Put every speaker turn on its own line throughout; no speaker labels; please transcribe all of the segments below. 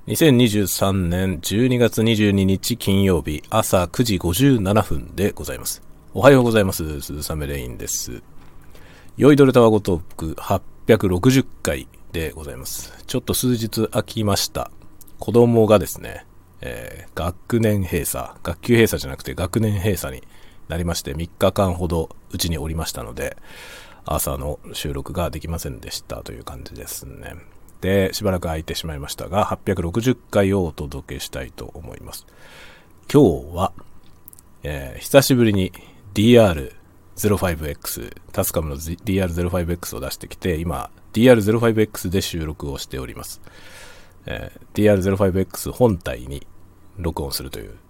2023年12月22日金曜日朝9時57分でございます。おはようございます。鈴雨レインです。酔いどれたわごトーク860回でございます。ちょっと数日空きました。子供がですね、学級閉鎖じゃなくて学年閉鎖になりまして3日間ほどうちにおりましたので、朝の収録ができませんでしたという感じですね。で、しばらく空いてしまいましたが、860回をお届けしたいと思います。今日は、久しぶりに DR05X、タスカムの DR05X を出してきて、今 DR05X で収録をしております。DR05X 本体に録音するという、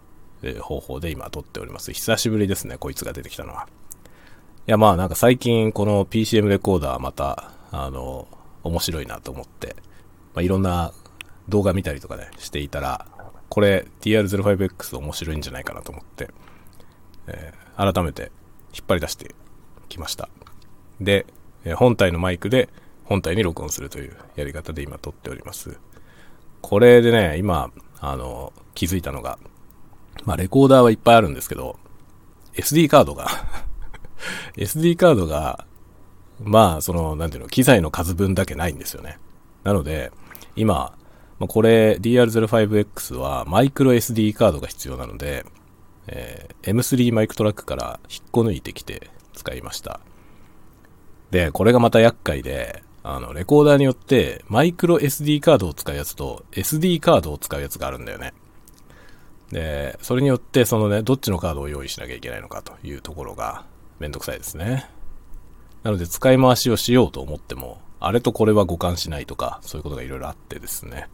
方法で今撮っております。久しぶりですね、こいつが出てきたのは。いや、まあなんか最近この PCM レコーダーまた、面白いなと思って、いろんな動画見たりとかねしていたら、これ DR05X 面白いんじゃないかなと思って、改めて引っ張り出してきました。で、本体のマイクで本体に録音するというやり方で今撮っております。これでね、今気づいたのが、レコーダーはいっぱいあるんですけど SD カードがSD カードがなんていうの、機材の数分だけないんですよね。なので、今、これ DR05X はマイクロ SD カードが必要なので、M3 マイクトラックから引っこ抜いてきて使いました。で、これがまた厄介で、レコーダーによってマイクロ SD カードを使うやつと SD カードを使うやつがあるんだよね。で、それによってどっちのカードを用意しなきゃいけないのかというところがめんどくさいですね。なので使い回しをしようと思っても、あれとこれは互換しないとか、そういうことがいろいろあってですね。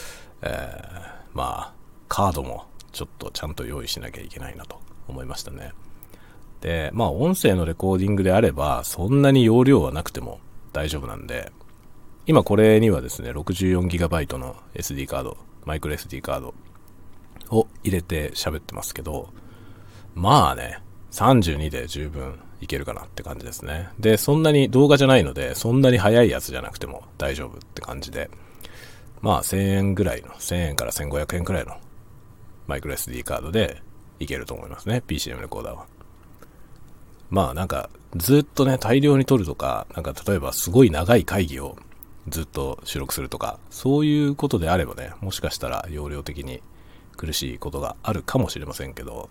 カードもちょっとちゃんと用意しなきゃいけないなと思いましたね。で、音声のレコーディングであれば、そんなに容量はなくても大丈夫なんで、今これにはですね、64GB の SD カード、マイクロ SD カードを入れて喋ってますけど、32で十分いけるかなって感じですね。で、そんなに動画じゃないので、そんなに速いやつじゃなくても大丈夫って感じで、1000円ぐらいの、1000円から1500円くらいのマイクロ SD カードでいけると思いますね、PCM レコーダーは。ずっとね、大量に撮るとか、例えばすごい長い会議をずっと収録するとか、そういうことであればね、もしかしたら容量的に苦しいことがあるかもしれませんけど、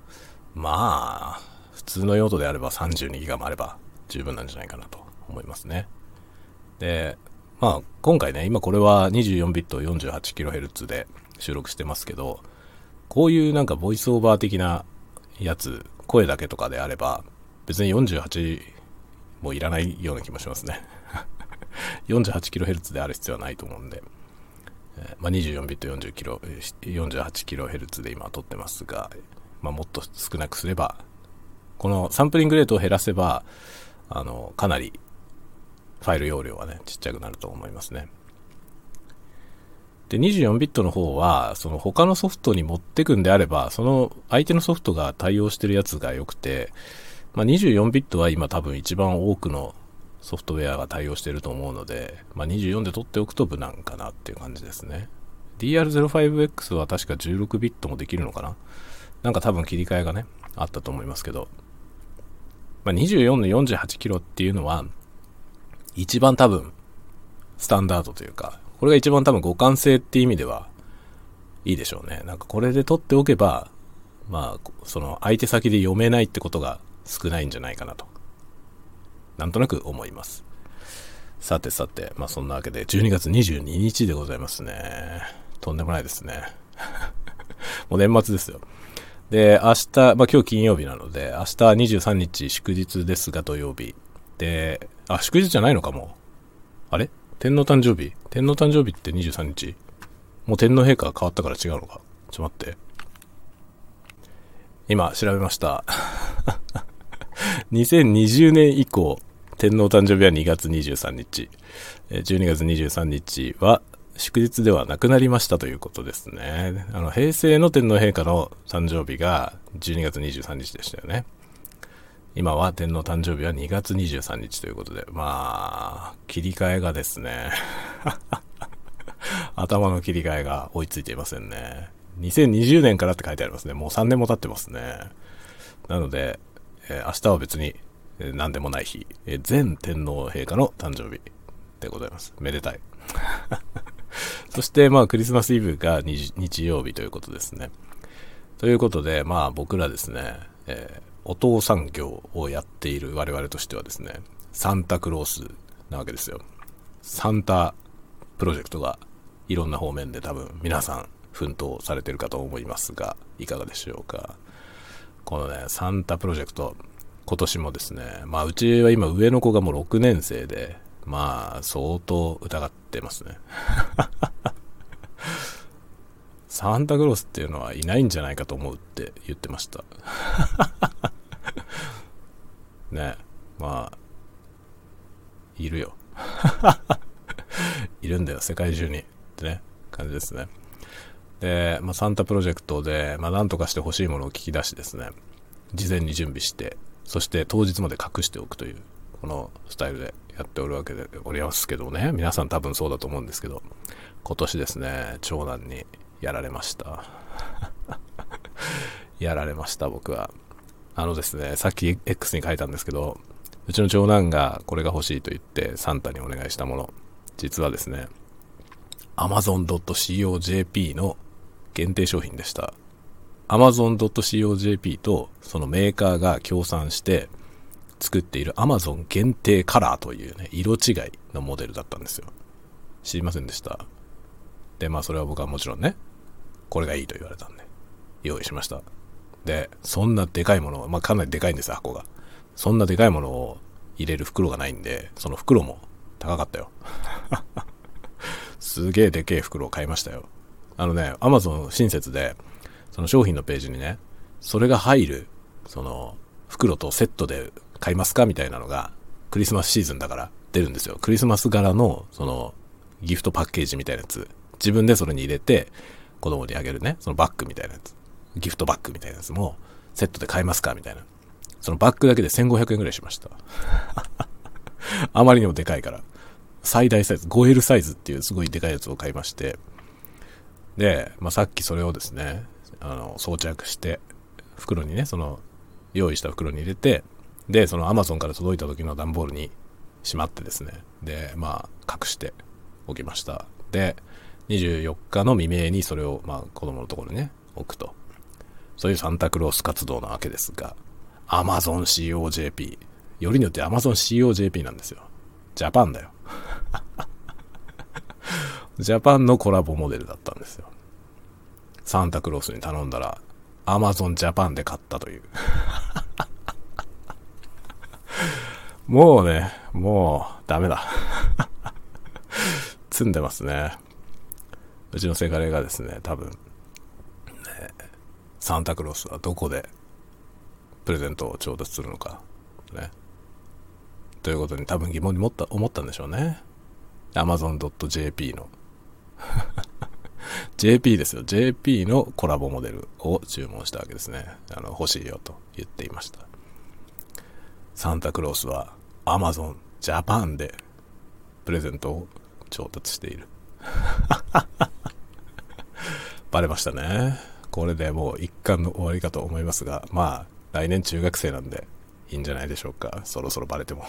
普通の用途であれば32ギガもあれば十分なんじゃないかなと思いますね。で、今回ね、今これは24ビット 48kHz で収録してますけど、こういうボイスオーバー的なやつ、声だけとかであれば別に48もいらないような気もしますね。48kHz である必要はないと思うんで、24ビット 48kHz で今撮ってますが、もっと少なくすれば、このサンプリングレートを減らせば、かなりファイル容量はね、ちっちゃくなると思いますね。で、24ビットの方は、他のソフトに持ってくんであれば、その相手のソフトが対応してるやつが良くて、24ビットは今多分一番多くのソフトウェアが対応してると思うので、24で取っておくと無難かなっていう感じですね。DR05X は確か16ビットもできるのかな？多分切り替えがね、あったと思いますけど、24の48キロっていうのは一番多分スタンダードというか、これが一番多分互換性っていう意味ではいいでしょうね。これで取っておけば、その相手先で読めないってことが少ないんじゃないかなと、なんとなく思います。さて、そんなわけで12月22日でございますね。とんでもないですね。もう年末ですよ。で、明日、今日金曜日なので、明日23日祝日ですが土曜日。で、祝日じゃないのかも。あれ？天皇誕生日って23日？もう天皇陛下が変わったから違うのか。ちょっと待って。今調べました。2020年以降、天皇誕生日は2月23日。12月23日は祝日ではなくなりましたということですね。平成の天皇陛下の誕生日が12月23日でしたよね。今は天皇誕生日は2月23日ということで、切り替えがですねあっ頭の切り替えが追いついていませんね。2020年からって書いてありますね。もう3年も経ってますね。なので、明日は別に、何でもない日、前天皇陛下の誕生日でございます。めでたい。そしてクリスマスイブが日曜日ということですね。ということで僕らですね、お父さん業をやっている我々としてはですね、サンタクロースなわけですよ。サンタプロジェクトがいろんな方面で多分皆さん奮闘されているかと思いますが、いかがでしょうか。このね、サンタプロジェクト、今年もですね、うちは今上の子がもう6年生で、相当疑ってますね。サンタクロースっていうのはいないんじゃないかと思うって言ってました。ね、いるよ。いるんだよ、世界中に。ってね、感じですね。で、サンタプロジェクトで、何とかして欲しいものを聞き出しですね、事前に準備して、そして当日まで隠しておくという、このスタイルでやっておるわけでおりますけどね、皆さん多分そうだと思うんですけど、今年ですね、長男にやられました。やられました、僕は。ですね、さっき X に書いたんですけど、うちの長男がこれが欲しいと言ってサンタにお願いしたもの、実はですね、Amazon.co.jp の限定商品でした。Amazon.co.jp とそのメーカーが協賛して作っている Amazon 限定カラーというね、色違いのモデルだったんですよ。知りませんでした。で、それは僕はもちろんね、これがいいと言われたんで用意しました。で、そんなでかいもの、かなりでかいんですよ、箱が。そんなでかいものを入れる袋がないんで、その袋も高かったよ。すげえでけえ袋を買いましたよ。Amazon 親切で、その商品のページにね、それが入る、その袋とセットで買いますかみたいなのが、クリスマスシーズンだから出るんですよ。クリスマス柄の、その、ギフトパッケージみたいなやつ。自分でそれに入れて、子供にあげるね、そのバッグみたいなやつ。ギフトバッグみたいなやつも、セットで買いますかみたいな。そのバッグだけで1500円ぐらいしました。あまりにもでかいから。最大サイズ、5L サイズっていうすごいでかいやつを買いまして。で、さっきそれをですね、装着して、袋にね、その、用意した袋に入れて、で、その Amazon から届いた時の段ボールにしまってですね、で、隠しておきました。で、24日の未明にそれを、子供のところにね、置くと。そういうサンタクロース活動なわけですが、Amazon COJP。よりによって Amazon COJP なんですよ。ジャパンだよ。ジャパンのコラボモデルだったんですよ。サンタクロースに頼んだら、Amazon ジャパンで買ったという。もうダメだ。積んでますね。うちのせがれがですね、多分、サンタクロースはどこでプレゼントを調達するのか、ね。ということに多分疑問に思ったんでしょうね。Amazon.jp の。JP ですよ。JP のコラボモデルを注文したわけですね。欲しいよと言っていました。サンタクロースは Amazon Japan でプレゼントを調達している。バレましたね。これでもう一巻の終わりかと思いますが、来年中学生なんでいいんじゃないでしょうか。そろそろバレても。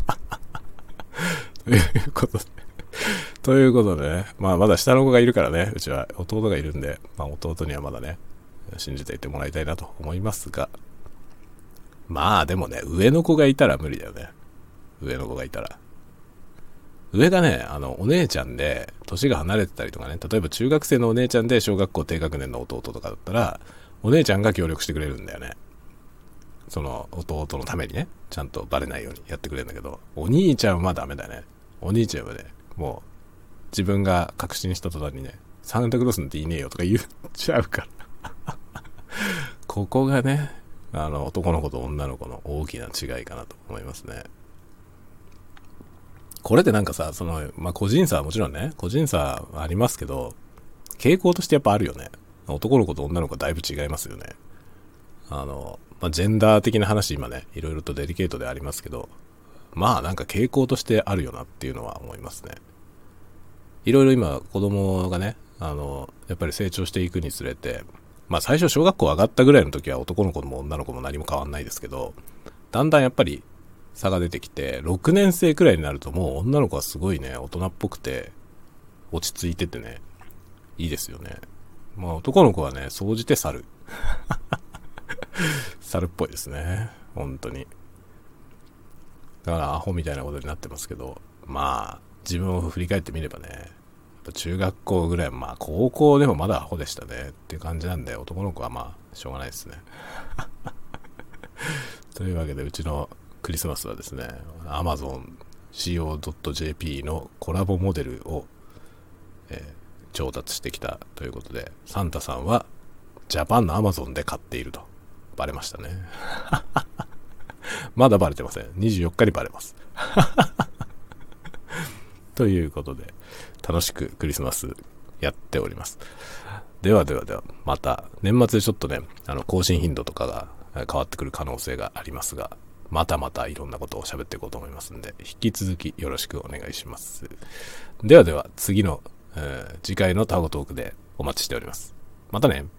ということでね、まだ下の子がいるからね、うちは弟がいるんで、弟にはまだね、信じていてもらいたいなと思いますが、でもね、上の子がいたら無理だよね。上の子がいたら。上がね、お姉ちゃんで、年が離れてたりとかね、例えば中学生のお姉ちゃんで小学校低学年の弟とかだったら、お姉ちゃんが協力してくれるんだよね。その弟のためにね、ちゃんとバレないようにやってくれるんだけど、お兄ちゃんはダメだね。お兄ちゃんはね、もう、自分が確信した途端にね、サンタクロースなんていねえよとか言っちゃうから。ここがね、男の子と女の子の大きな違いかなと思いますね。これでなんかさ、個人差はもちろんね、個人差はありますけど、傾向としてやっぱあるよね。男の子と女の子はだいぶ違いますよね。ジェンダー的な話今ね、いろいろとデリケートでありますけど、なんか傾向としてあるよなっていうのは思いますね。 いろいろ今子供がね、やっぱり成長していくにつれて、まあ最初小学校上がったぐらいの時は男の子も女の子も何も変わんないですけど、だんだんやっぱり差が出てきて、6年生くらいになるともう女の子はすごいね、大人っぽくて、落ち着いててね、いいですよね。まあ男の子はね、総じて猿。猿っぽいですね。本当に。だからアホみたいなことになってますけど、まあ、自分を振り返ってみればね、やっぱ中学校ぐらい、まあ高校でもまだアホでしたねっていう感じなんで、男の子はまあ、しょうがないですね。というわけで、うちのクリスマスはですね、Amazon CO.jp のコラボモデルを、調達してきたということで、サンタさんはジャパンの Amazon で買っているとバレましたね。まだバレてません。24日にバレます。ということで、楽しくクリスマスやっております。では、また年末でちょっとね、更新頻度とかが変わってくる可能性がありますが、またいろんなことを喋っていこうと思いますんで、引き続きよろしくお願いします。では、次の、次回のタゴトークでお待ちしております。またね。